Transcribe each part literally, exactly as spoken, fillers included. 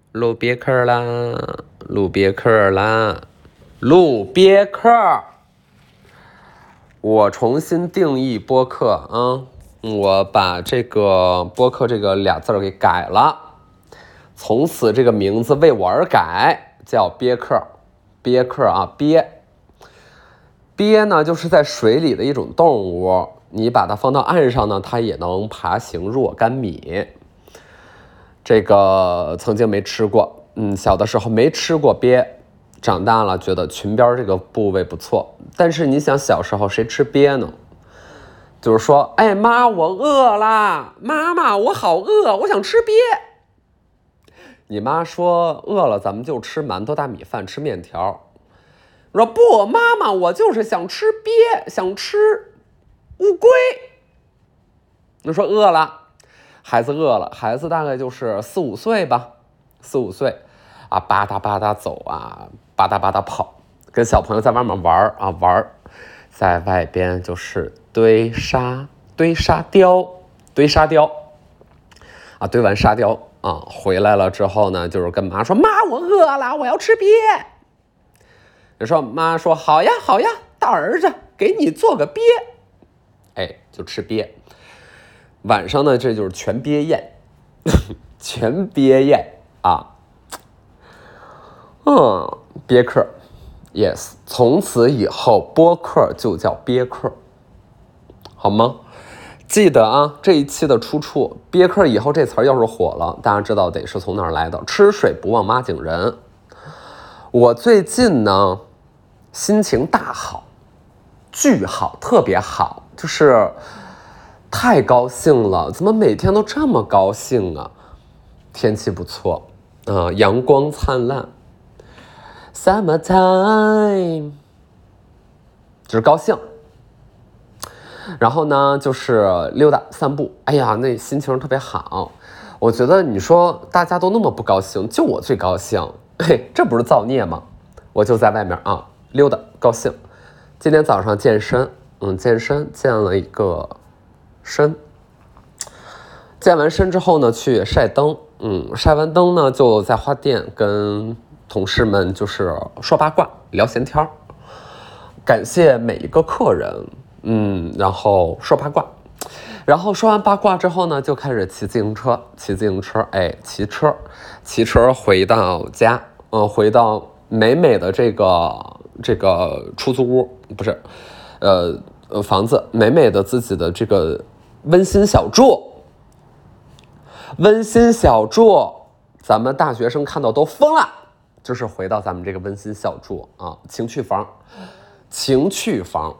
录别克啦，录别克啦，录别克。我重新定义播客啊，我把这个播客这个俩字给改了，从此这个名字为我而改，叫鳖客。鳖客啊，鳖。鳖呢，就是在水里的一种动物，你把它放到岸上呢，它也能爬行若干米。这个曾经没吃过，嗯，小的时候没吃过鳖，长大了觉得裙边这个部位不错。但是你想，小时候谁吃鳖呢？就是说，哎妈，我饿啦，妈妈，我好饿，我想吃鳖。你妈说饿了，咱们就吃馒头、大米饭，吃面条。我说不，妈妈，我就是想吃鳖，想吃乌龟。你说饿了。孩子饿了，孩子大概就是四五岁吧，四五岁啊，吧嗒吧嗒走啊，吧嗒吧嗒跑，跟小朋友在外面玩啊玩，在外边就是堆沙堆沙雕堆沙雕啊，堆完沙雕啊，回来了之后呢，就是跟妈说，妈，我饿了，我要吃鳖。你说妈说好呀好呀，大儿子给你做个鳖，哎，就吃鳖。晚上呢，这就是全鳖宴，全鳖宴啊，嗯，鳖客 ，yes， 从此以后播客就叫鳖客，好吗？记得啊，这一期的出处，鳖客以后这词儿要是火了，大家知道得是从哪儿来的？吃水不忘妈井人。我最近呢，心情大好，巨好，特别好，就是。太高兴了，怎么每天都这么高兴啊？天气不错啊、呃，阳光灿烂 ，summertime， 就是高兴。然后呢，就是溜达散步，哎呀，那心情特别好。我觉得你说大家都那么不高兴，就我最高兴，嘿，这不是造孽吗？我就在外面啊溜达高兴。今天早上健身，嗯，健身健了一个。身，健完身之后呢，去晒灯，嗯，晒完灯呢，就在花店跟同事们就是说八卦、聊闲天，感谢每一个客人，嗯，然后说八卦，然后说完八卦之后呢，就开始骑自行车，骑自行车，哎，骑车，骑车回到家，嗯、呃，回到美美的这个这个出租屋，不是，呃呃，房子，美美的自己的这个。温馨小住，温馨小住，咱们大学生看到都疯了。就是回到咱们这个温馨小住啊，情趣房，情趣房，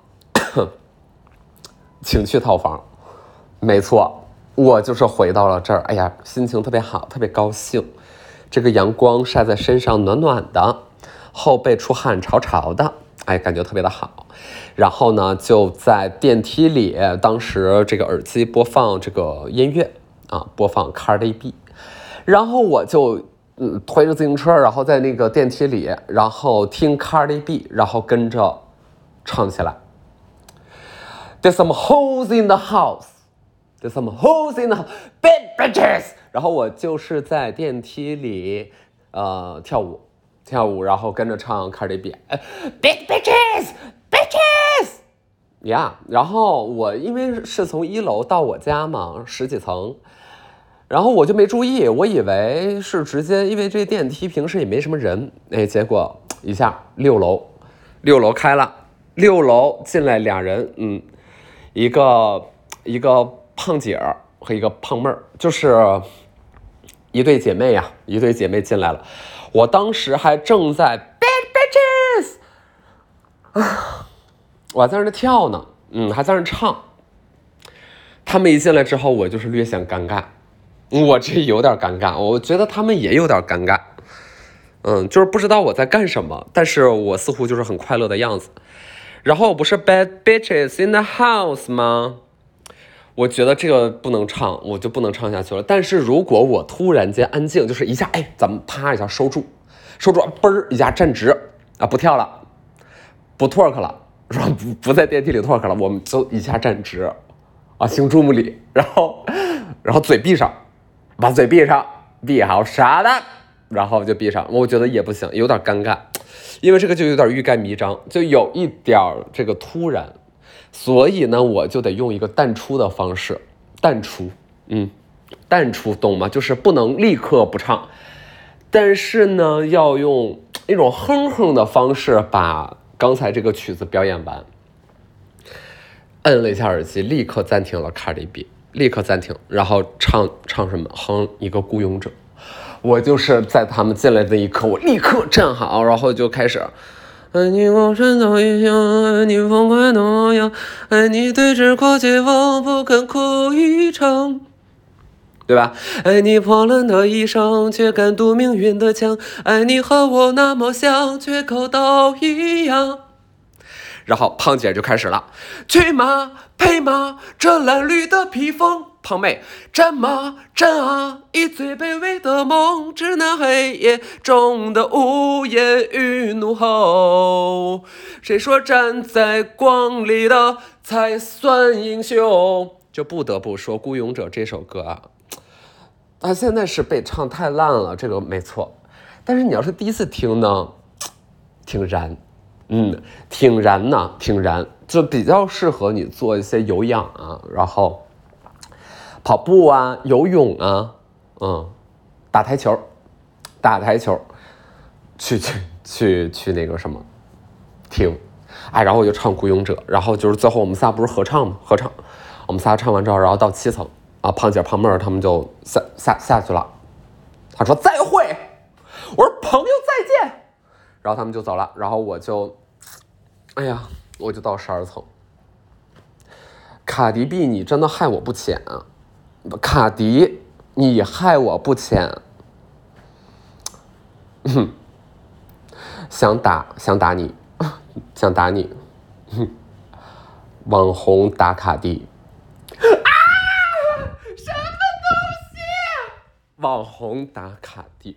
情趣套房，没错，我就是回到了这儿。哎呀，心情特别好，特别高兴。这个阳光晒在身上，暖暖的，后背出汗潮潮的，哎，感觉特别的好。然后呢，就在电梯里，当时这个耳机播放这个音乐啊，播放 Cardi B， 然后我就嗯推着自行车，然后在那个电梯里，然后听 Cardi B， 然后跟着唱起来。There's some hoes in the house, there's some hoes in the house, bad bitches。然后我就是在电梯里呃跳舞，跳舞，然后跟着唱 Cardi B，bad bitches。bitches 呀、yeah, 然后我因为是从一楼到我家嘛，十几层，然后我就没注意，我以为是直接，因为这电梯平时也没什么人，哎，结果一下六楼，六楼开了，六楼进来俩人，嗯，一个一个胖姐儿和一个胖妹儿，就是一对姐妹呀、啊，一对姐妹进来了，我当时还正在 bad bitches 啊。我还在那跳呢，嗯，还在那唱。他们一进来之后，我就是略显尴尬，我这有点尴尬，我觉得他们也有点尴尬，嗯，就是不知道我在干什么，但是我似乎就是很快乐的样子。然后不是 bad bitches in the house 吗？我觉得这个不能唱，我就不能唱下去了。但是如果我突然间安静，就是一下，哎，咱们啪一下收住，收住，嘣儿一下站直啊，不跳了，不 twerk 了。说不不在电梯里 talk 了，我们就一下站直，啊，行注目礼，然后，然后嘴闭上，把嘴闭上，闭好，shut up， 然后就闭上。我觉得也不行，有点尴尬，因为这个就有点欲盖弥彰，就有一点这个突然，所以呢，我就得用一个淡出的方式，淡出，嗯，淡出，懂吗？就是不能立刻不唱，但是呢，要用一种哼哼的方式把刚才这个曲子表演完。摁了一下耳机，立刻暂停了 Cardi B， 立刻暂停，然后唱唱什么？哼一个孤勇者。我就是在他们进来的一刻，我立刻站好，然后就开始。爱你光身走一乡，爱你风快诺扬，爱你对峙过绝望，不肯哭一场，对吧？爱你破烂的衣裳，却敢堵命运的枪，爱你和我那么像，却口都一样。然后胖姐就开始了，去马配马，这蓝绿的披风。胖妹战马战啊，以最卑微的梦，致那黑夜中的无言与怒吼。谁说站在光里的才算英雄？就不得不说《孤勇者》这首歌啊，它现在是被唱太烂了，这个没错。但是你要是第一次听呢，挺燃。嗯，挺燃呢，挺燃，就比较适合你做一些有氧啊，然后跑步啊，游泳啊，嗯，打台球，打台球，去去去去那个什么，听，哎，然后我就唱《孤勇者》，然后就是最后我们仨不是合唱吗？合唱，我们仨唱完之后，然后到七层啊，胖姐、胖妹儿他们就下下下去了，他说再会，我说朋友再见。然后他们就走了，然后我就，哎呀，我就到十二层。卡迪 B， 你真的害我不浅啊！卡迪，你害我不浅。嗯，想打想打你，想打你。网红打卡迪。啊！什么东西？网红打卡迪。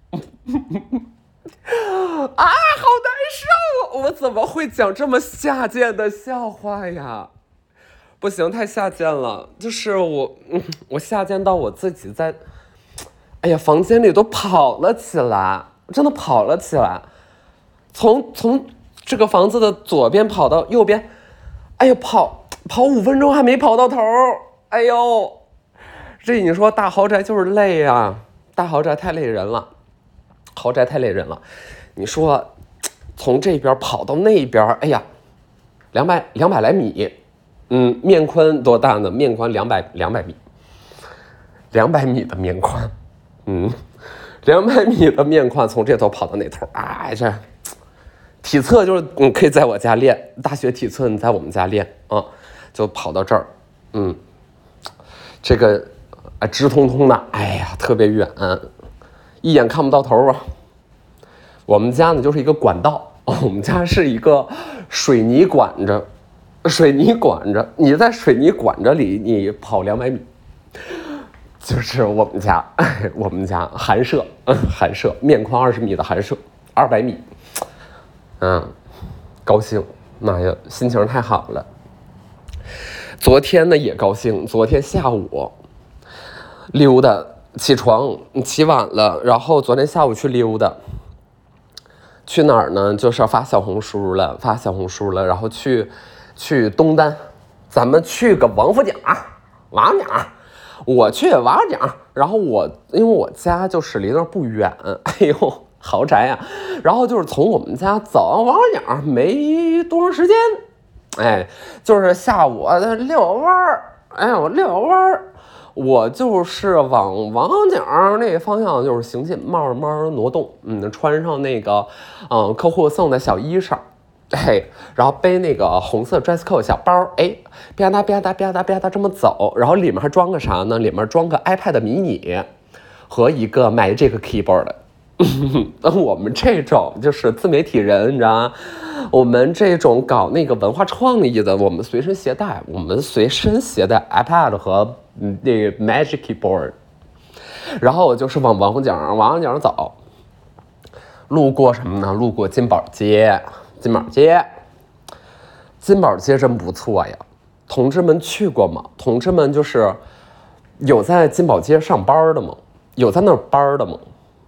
啊，好难受！我怎么会讲这么下贱的笑话呀？不行，太下贱了。就是我，嗯，我下贱到我自己在，哎呀，房间里都跑了起来，真的跑了起来。从从这个房子的左边跑到右边，哎呀，跑跑五分钟还没跑到头。哎呦，这你说大豪宅就是累呀、啊，大豪宅太累人了。豪宅太累人了，你说从这边跑到那边，哎呀，两百两百来米，嗯，面宽多大呢？面宽两百两百米，两百米的面宽，嗯，两百米的面宽，从这头跑到那头，哎，这体测就是你可以在我家练，大学体测你在我们家练啊，就跑到这儿，嗯，这个啊直通通的，哎呀，特别远。一眼看不到头啊！我们家呢就是一个管道，我们家是一个水泥管着，水泥管着，你在水泥管着里，你跑两百米，就是我们家，我们家寒舍，寒舍面宽二十米的寒舍，二百米，嗯，高兴，妈呀，心情太好了。昨天呢也高兴，昨天下午溜达。起床起晚了，然后昨天下午去溜达，去哪儿呢？就是发小红书了，发小红书了，然后去去东单，咱们去个王府井，王府井，我去王府井，然后我因为我家就是离那儿不远，哎呦豪宅呀、啊，然后就是从我们家走王府井没多长时间，哎，就是下午遛弯儿，哎我遛弯儿。我就是往王府井那个方向就是行进，慢慢挪动，嗯，穿上那个，嗯，客户送的小衣裳，哎，然后背那个红色 dress code 小包，哎，吧嗒吧嗒吧嗒吧嗒这么走，然后里面还装个啥呢？里面装个 iPad mini 和一个 Magic keyboard。我们这种就是自媒体人，你知道吗？我们这种搞那个文化创意的，我们随身携带，我们随身携带 iPad 和那个 Magic Keyboard， 然后我就是往王府井王府井走，路过什么呢？路过金宝街，金宝街，金宝街真不错呀！同志们去过吗？同志们就是有在金宝街上班的吗？有在那儿班的吗？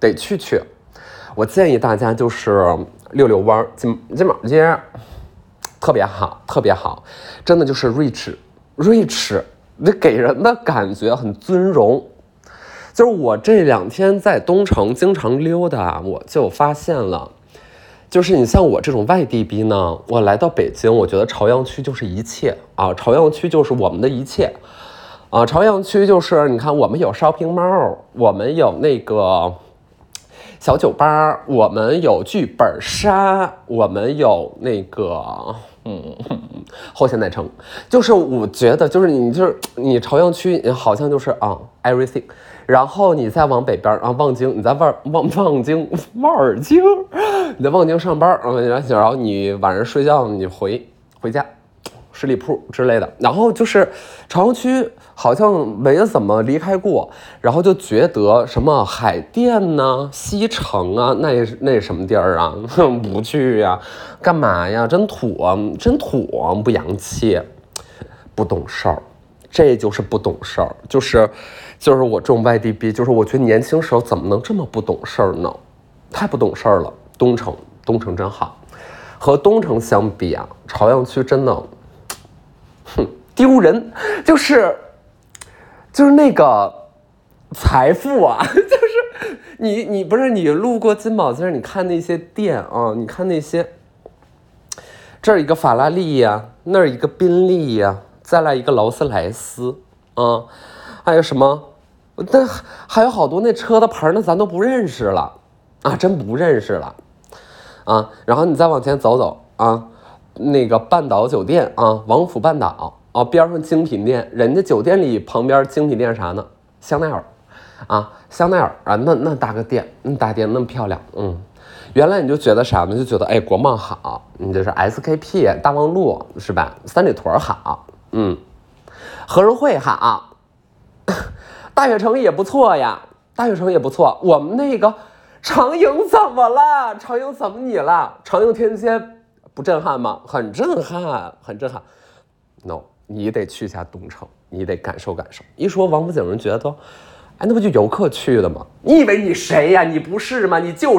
得去去。我建议大家就是溜溜弯，金金宝街特别好，特别好，真的就是 rich rich， 这给人的感觉很尊荣。就是我这两天在东城经常溜达，我就发现了，就是你像我这种外地逼呢，我来到北京，我觉得朝阳区就是一切啊，朝阳区就是我们的一切啊，朝阳区就是你看我们有 shopping mall， 我们有那个小酒吧，我们有剧本杀，我们有那个嗯后现代城，就是我觉得就是你就是你朝阳区好像就是啊 everything， 然后你再往北边啊望京，你在望望望京望京，你在望京上班，然后你晚上睡觉你回回家十里铺之类的，然后就是朝阳区好像没怎么离开过，然后就觉得什么海淀呢、西城啊，那那什么地儿啊，不去呀、啊，干嘛呀？真土啊，真土啊，不洋气，不懂事儿，这就是不懂事儿，就是就是我这种外地逼，就是我觉得年轻时候怎么能这么不懂事儿呢？太不懂事儿了。东城，东城真好，和东城相比啊，朝阳区真的。哼，丢人，就是就是那个财富啊，就是你你不是你路过金宝街，你看那些店啊，你看那些，这儿一个法拉利呀、啊，那儿一个宾利呀、啊，再来一个劳斯莱斯啊，还有什么？那还有好多那车的牌，那咱都不认识了啊，真不认识了啊。然后你再往前走走啊。那个半岛酒店啊，王府半岛啊，边上精品店，人家酒店里旁边精品店啥呢？香奈儿啊，香奈儿啊，那那大个店，那大店那么漂亮，嗯，原来你就觉得啥呢？就觉得哎，国贸好，你就是 S K P 大望路是吧？三里屯好，嗯，和仁汇好，大悦城也不错呀，大悦城也不错。我们那个长影怎么了？长影怎么你了？长影天街。不震撼吗？很震撼，很震撼。No， 你得去一下东城，你得感受感受。一说王府井，人觉得，哎，那不就游客去的吗？你以为你谁呀？你不是吗？你就是，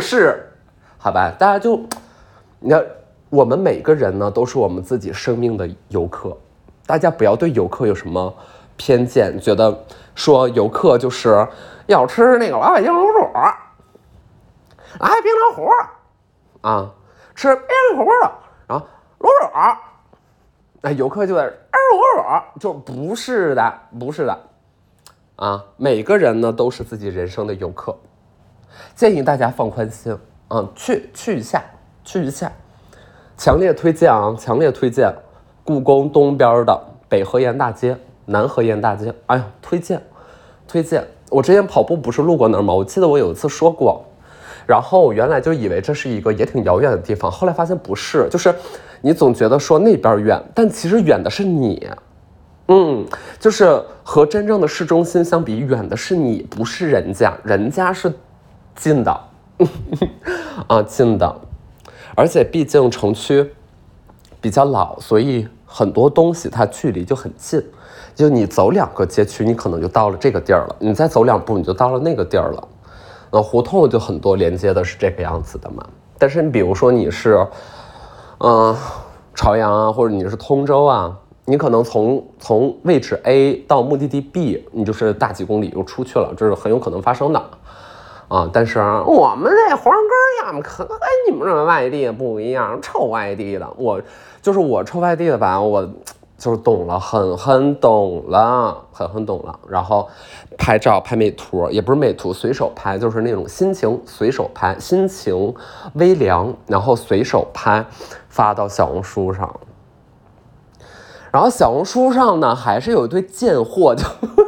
好吧？大家就，你看，我们每个人呢，都是我们自己生命的游客。大家不要对游客有什么偏见，觉得说游客就是要吃那个老北京卤煮，来冰糖糊啊，吃冰糖糊的。然后卤煮，哎，游客就在哎卤煮，就不是的，不是的，啊，每个人呢都是自己人生的游客，建议大家放宽心啊，去去一下，去一下，强烈推荐啊，强烈推荐，故宫东边的北河沿大街、南河沿大街，哎呀，推荐，推荐。我之前跑步不是路过那儿吗？我记得我有一次说过。然后我原来就以为这是一个也挺遥远的地方，后来发现不是，就是你总觉得说那边远，但其实远的是你，嗯，就是和真正的市中心相比，远的是你，不是人家，人家是近的，啊，近的，而且毕竟城区比较老，所以很多东西它距离就很近，就你走两个街区，你可能就到了这个地儿了，你再走两步，你就到了那个地儿了。那胡同就很多连接的是这个样子的嘛，但是你比如说你是，嗯、呃，朝阳啊，或者你是通州啊，你可能从从位置 A 到目的地 B， 你就是大几公里又出去了，这是很有可能发生的，啊，但是我们这黄根呀，可跟你们这外地不一样，臭外地的，我就是我臭外地的吧，我。就是懂了，很很懂了，很很懂了。然后拍照拍美图，也不是美图，随手拍，就是那种心情随手拍，心情微凉，然后随手拍，发到小红书上。然后小红书上呢，还是有一堆贱货，就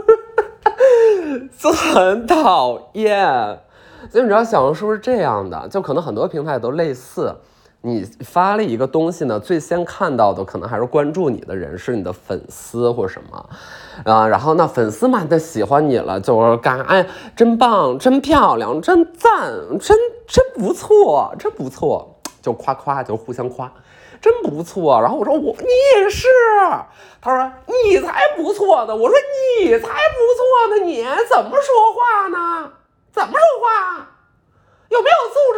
就很讨厌。所以你知道小红书是这样的，就可能很多平台都类似。你发了一个东西呢，最先看到的可能还是关注你的人是你的粉丝或什么，啊，然后呢粉丝嘛他喜欢你了，就是干哎真棒，真漂亮，真赞，真真不错，真不错，就夸夸，就互相夸，真不错。然后我说我你也是，他说你才不错呢，我说你才不错呢，你怎么说话呢？怎么说话？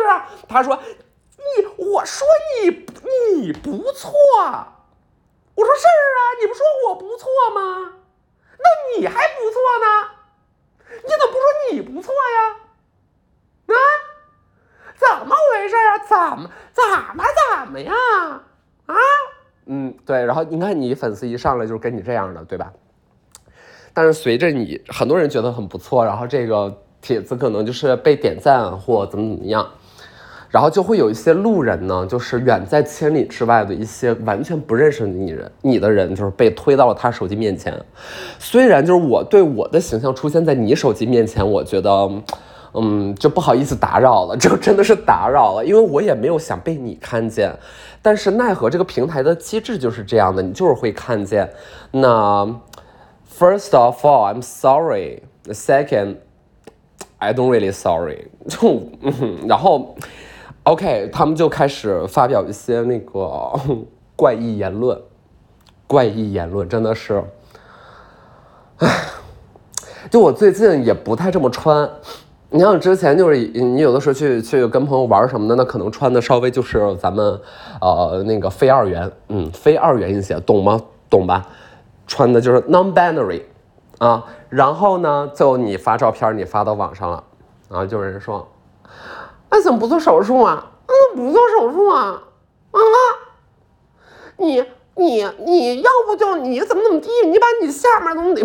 啊？他说你，我说你你不错，我说是啊，你不说我不错吗？那你还不错呢，你怎么不说你不错呀？啊，怎么回事啊？怎么怎么怎么样啊？嗯，对，然后你看你粉丝一上来就是跟你这样的，对吧？但是随着你很多人觉得很不错，然后这个帖子可能就是被点赞或怎么怎么样，然后就会有一些路人呢，就是远在千里之外的一些完全不认识你人你的人，就是被推到了他手机面前。虽然就是我对我的形象出现在你手机面前，我觉得嗯，就不好意思打扰了，就真的是打扰了，因为我也没有想被你看见，但是奈何这个平台的机制就是这样的，你就是会看见。那 first of all, I'm sorry. The second, I don't really sorry. 就嗯，然后 OK， 他们就开始发表一些那个怪异言论，怪异言论真的是，唉，就我最近也不太这么穿。你像之前就是你有的时候去去跟朋友玩什么的，那可能穿的稍微就是咱们呃那个非二元，嗯，非二元一些，懂吗？懂吧？穿的就是 non-binary 啊，然后呢，就你发照片，你发到网上了，然后就有人说，哎，怎么不做手术啊？嗯，不做手术啊？啊，你你你要不就你怎么怎么地，你把你下面怎么得。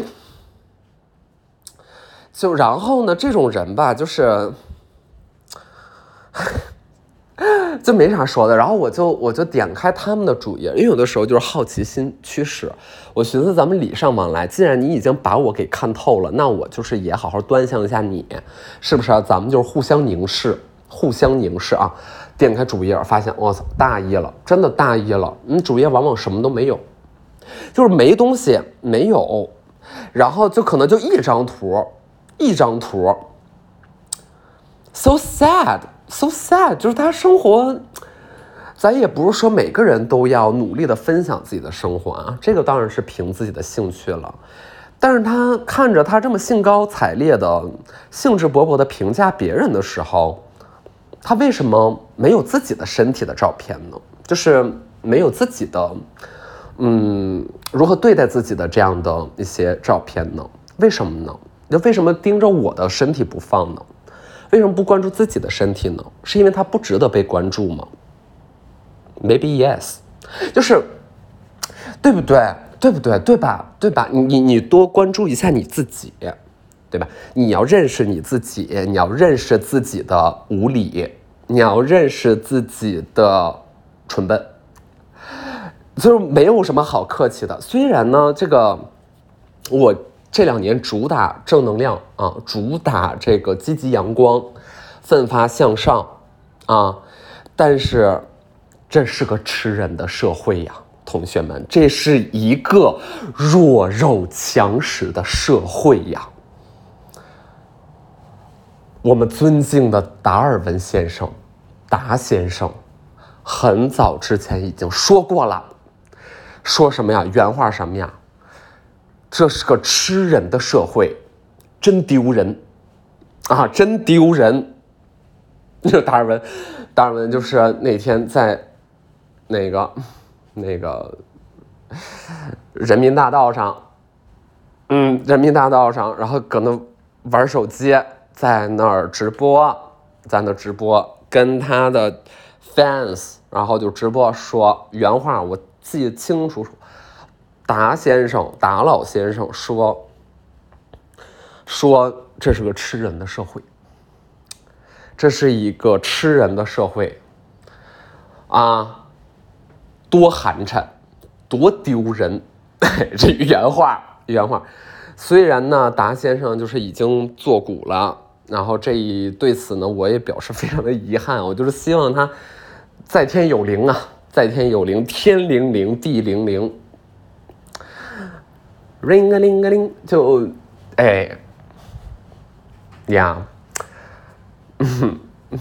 就然后呢，这种人吧，就是就没啥说的。然后我就我就点开他们的主页，因为有的时候就是好奇心驱使。我寻思咱们礼尚往来，既然你已经把我给看透了，那我就是也好好端详一下你，是不是啊？咱们就是互相凝视，互相凝视啊。点开主页，发现我操，大意了，真的大意了。你主页往往什么都没有，就是没东西，没有，然后就可能就一张图。一张图 ，so sad, so sad， 就是他生活，咱也不是说每个人都要努力的分享自己的生活啊，这个当然是凭自己的兴趣了。但是他看着他这么兴高采烈的、兴致勃勃的评价别人的时候，他为什么没有自己的身体的照片呢？就是没有自己的，嗯，如何对待自己的这样的一些照片呢？为什么呢？那为什么盯着我的身体不放呢？为什么不关注自己的身体呢？是因为它不值得被关注吗？ Maybe yes， 就是对不对？对不对？对吧？对吧？你你你多关注一下你自己，对吧？你要认识你自己，你要认识自己的无理，你要认识自己的蠢笨，就是没有什么好客气的。虽然呢，这个我。这两年主打正能量啊，主打这个积极阳光、奋发向上啊，但是这是个吃人的社会呀，同学们，这是一个弱肉强食的社会呀。我们尊敬的达尔文先生，达先生，很早之前已经说过了，说什么呀？原话什么呀？这是个吃人的社会，真丢人啊！真丢人。这达尔文，达尔文就是那天在那个那个人民大道上，嗯，人民大道上，然后搁那玩手机，在那儿直播，在那直播，跟他的 fans， 然后就直播说原话，我记得清楚楚。达先生，达老先生说，说这是个吃人的社会，这是一个吃人的社会，啊，多寒碜，多丢人，这原话原话。虽然呢，达先生就是已经作古了，然后这一对此呢，我也表示非常的遗憾，我就是希望他在天有灵啊，在天有灵，天灵灵，地灵灵。ring a ling a ling， 就，哎，呀，嗯，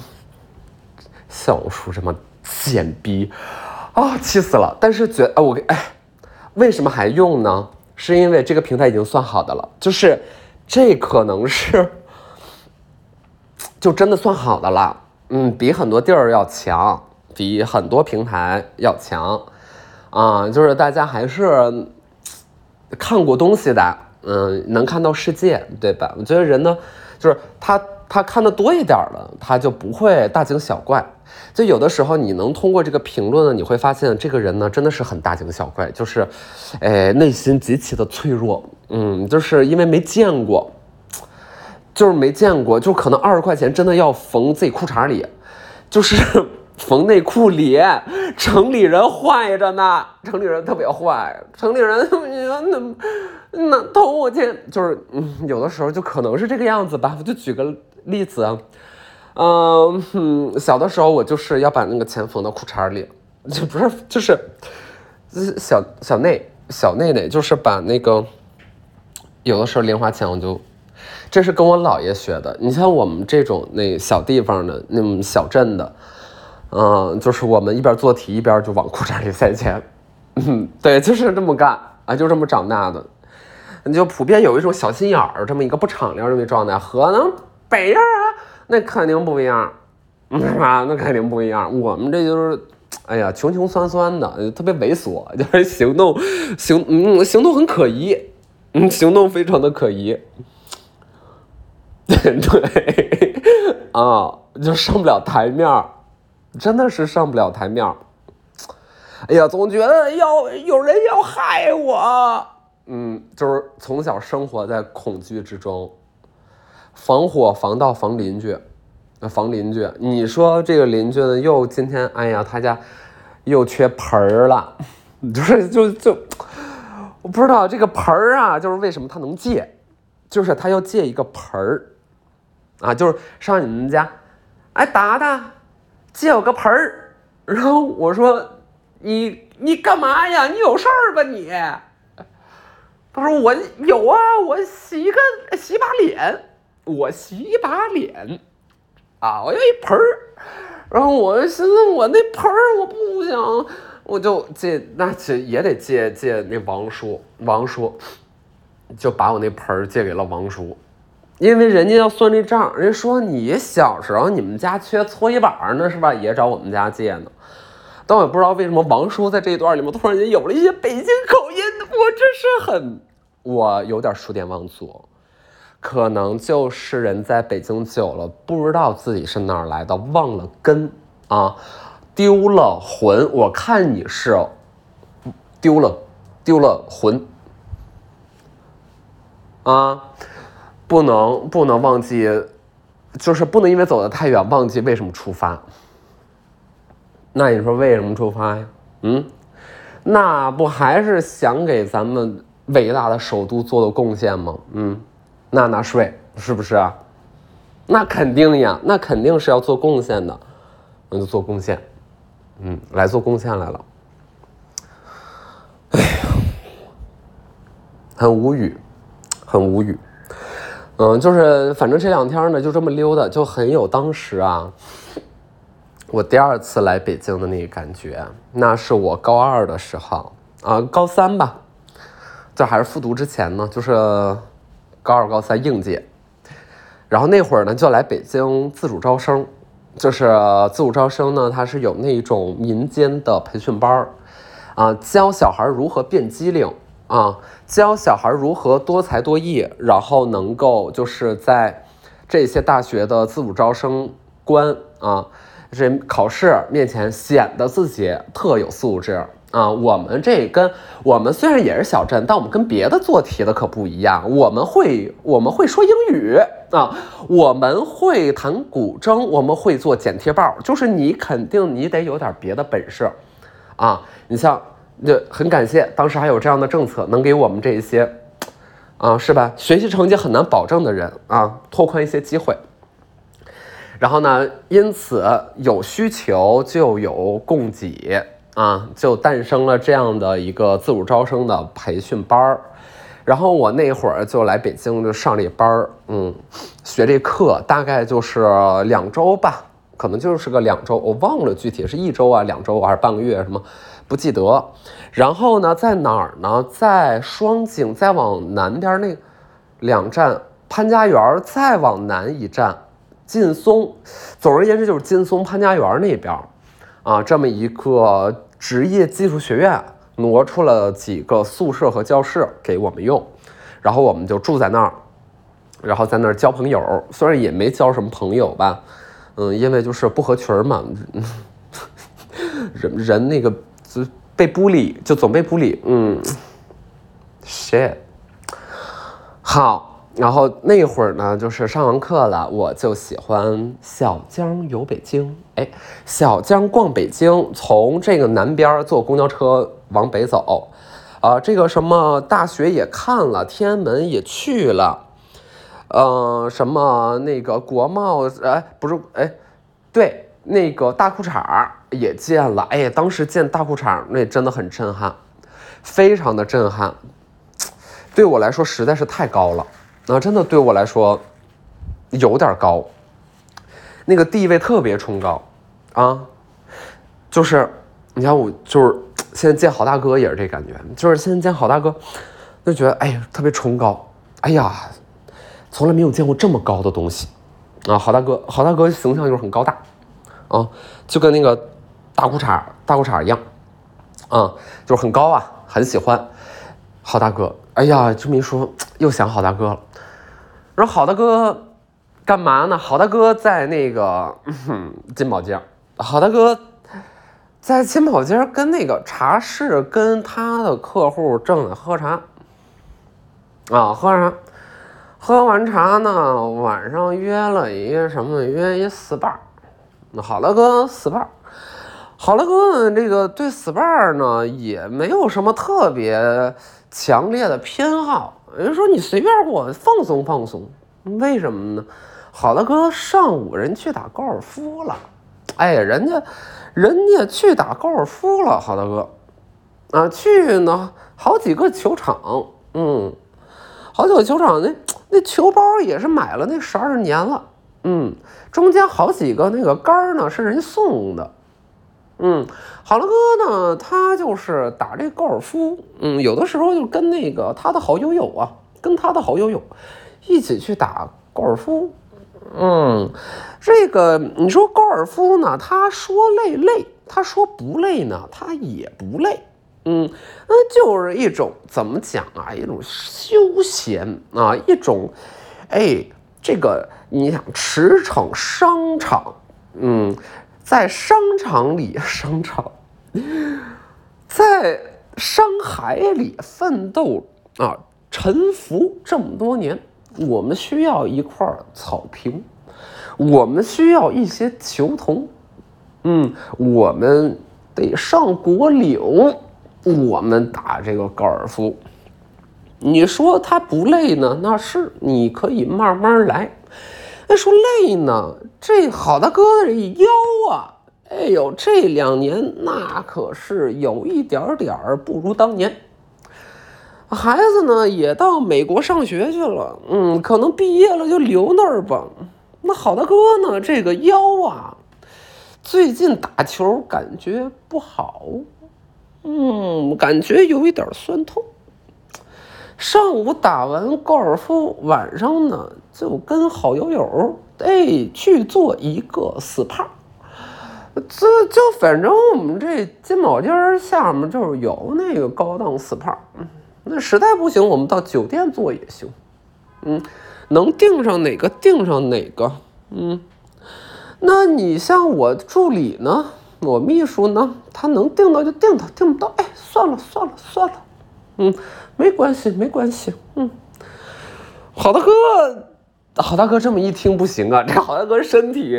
小叔这么贱逼啊，气死了！但是觉得，啊，我哎，为什么还用呢？是因为这个平台已经算好的了，就是这可能是就真的算好的了。 嗯，比很多地儿要强，比很多平台要强，啊，就是大家还是看过东西的，嗯，能看到世界，对吧？我觉得人呢，就是他他看的多一点了，他就不会大惊小怪。就有的时候你能通过这个评论呢，你会发现这个人呢真的是很大惊小怪，就是，哎，内心极其的脆弱，嗯，就是因为没见过。就是没见过，就可能二十块钱真的要缝自己裤衩里，就是缝内裤里。城里人坏着呢，城里人特别坏，城里人那那偷我钱，就是嗯，有的时候就可能是这个样子吧。我就举个例子啊，嗯嗯，小的时候我就是要把那个钱缝到裤衩里，就不是就是小小内小内内，就是把那个有的时候零花钱我就。这是跟我姥爷学的。你像我们这种那小地方的那种小镇的，嗯，就是我们一边做题一边就往裤衩里塞钱，嗯，对，就是这么干啊，就这么长大的。你就普遍有一种小心眼儿，这么一个不敞亮这么一状态，和那北样啊，那肯定不一样，嗯啊，那肯定不一样。我们这就是，哎呀，穷穷酸酸的，特别猥琐，就是行动行嗯行动很可疑，嗯，行动非常的可疑。对啊，就上不了台面，真的是上不了台面。哎呀，总觉得要有人要害我，嗯，就是从小生活在恐惧之中，防火防盗防邻居，防邻居。你说这个邻居呢，又今天哎呀，他家又缺盆儿了，就是就就我不知道这个盆儿啊，就是为什么他能借，就是他要借一个盆儿。啊，就是上你们家，哎，达达，借我个盆儿。然后我说，你你干嘛呀？你有事儿吧你？他说我有啊，我洗个洗把脸，我洗把脸，啊，我有一盆儿。然后我寻思我那盆儿我不想，我就借，那这也得借借那王叔，王叔就把我那盆儿借给了王叔。因为人家要算这账，人家说你小时候你们家缺搓衣板呢，是吧？也找我们家借呢。但我也不知道为什么王叔在这一段里面突然间有了一些北京口音，我这是很，我有点数典忘祖，可能就是人在北京久了，不知道自己是哪儿来的，忘了根啊，丢了魂。我看你是丢了丢了魂啊。不能不能忘记，就是不能因为走得太远忘记为什么出发。那你说为什么出发呀？嗯，那不还是想给咱们伟大的首都做的贡献吗？嗯，纳纳税是不是啊？那肯定呀，那肯定是要做贡献的，那就做贡献，嗯，来做贡献来了。哎呀，很无语，很无语。嗯，就是反正这两天呢，就这么溜达，就很有当时啊，我第二次来北京的那个感觉。那是我高二的时候啊，高三吧，这还是复读之前呢，就是高二高三应届。然后那会儿呢，就来北京自主招生，就是自主招生呢，它是有那种民间的培训班啊，教小孩如何变机灵。啊，教小孩如何多才多艺，然后能够就是在这些大学的自主招生官啊，这考试面前显得自己特有素质啊。我们这跟我们虽然也是小镇，但我们跟别的做题的可不一样。我们会我们会说英语啊，我们会弹古筝，我们会做剪贴报，就是你肯定你得有点别的本事啊。你像。就很感谢当时还有这样的政策，能给我们这些啊，是吧？学习成绩很难保证的人啊，拓宽一些机会。然后呢，因此有需求就有供给啊，就诞生了这样的一个自主招生的培训班。然后我那会儿就来北京就上这班，嗯，学这课大概就是两周吧，可能就是个两周，我忘了具体是一周啊、两周还是半个月什么。不记得。然后呢，在哪儿呢？在双井，再往南边那两站，潘家园，再往南一站劲松，总而言之就是劲松潘家园那边啊，这么一个职业技术学院挪出了几个宿舍和教室给我们用，然后我们就住在那儿，然后在那儿交朋友，虽然也没交什么朋友吧，嗯，因为就是不合群嘛，人人那个就被孤立，就总被孤立，嗯 ，shit， 好。然后那会儿呢，就是上完课了，我就喜欢小江游北京。哎，小江逛北京，从这个南边坐公交车往北走，啊、呃，这个什么大学也看了，天安门也去了，呃，什么那个国贸，哎，不是，哎，对，那个大裤衩也见了。哎，当时见大裤衩那真的很震撼，非常的震撼，对我来说实在是太高了。那、啊、真的对我来说有点高，那个地位特别崇高啊，就是你看我就是现在见好大哥也是这感觉，就是现在见好大哥就觉得哎呀特别崇高，哎呀从来没有见过这么高的东西啊！好大哥，好大哥形象就是很高大啊，就跟那个大裤衩大裤衩一样啊，就是很高啊，很喜欢好大哥。哎呀，这么一说又想好大哥了。然后好大哥干嘛呢？好大哥在那个、嗯、金宝街，好大哥在金宝街跟那个茶室跟他的客户正在喝茶啊，喝茶，喝完茶呢，晚上约了一个什么？约一 S P A。那好大哥 S P A， 好大哥这个对 S P A 呢也没有什么特别强烈的偏好。人说你随便给我放松放松，为什么呢？好大哥上午人去打高尔夫了，哎，人家人家去打高尔夫了，好大哥啊，去呢好几个球场，嗯，好几个球场，那那球包也是买了那十二年了，嗯，中间好几个那个杆呢是人送的。嗯，好大哥呢，他就是打这高尔夫，嗯，有的时候就跟那个他的好友友啊，跟他的好友友一起去打高尔夫。嗯，这个你说高尔夫呢，他说累累，他说不累呢，他也不累。嗯，那就是一种怎么讲啊，一种休闲啊，一种，哎，这个你想驰骋商场，嗯。在商场里，商场，在商海里奋斗啊，沉浮这么多年，我们需要一块草坪，我们需要一些球童，嗯，我们得上国岭，我们打这个高尔夫。你说他不累呢？那是你可以慢慢来。那说累呢，这好大哥的这腰啊，哎呦，这两年那可是有一点点不如当年。孩子呢也到美国上学去了，嗯，可能毕业了就留那儿吧。那好大哥呢，这个腰啊，最近打球感觉不好，嗯，感觉有一点酸痛。上午打完高尔夫，晚上呢就跟好友友哎去做一个 S P A。这就反正我们这金宝街下面就是有那个高档 S P A， 那实在不行我们到酒店做也行，嗯，能订上哪个订上哪个，嗯，那你像我助理呢，我秘书呢，他能订到就订到，订不到哎算了算了算了。嗯，没关系，没关系。嗯，好大哥，好大哥这么一听不行啊，这好大哥身体，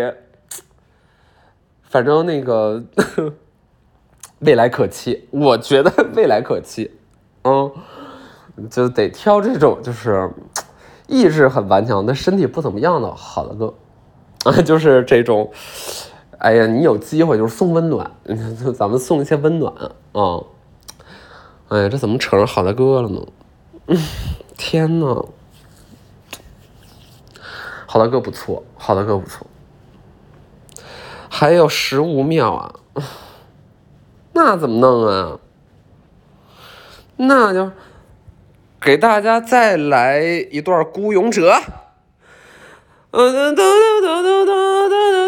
反正那个呵呵未来可期，我觉得未来可期。嗯，就得挑这种就是意志很顽强，但身体不怎么样的好大哥啊，就是这种。哎呀，你有机会就是送温暖，咱们送一些温暖啊。哎呀，这怎么扯上好大哥了呢？嗯，天哪！好大哥不错，好大哥不错。还有十五秒啊，那怎么弄啊？那就给大家再来一段《孤勇者》。 哒哒哒哒哒哒哒。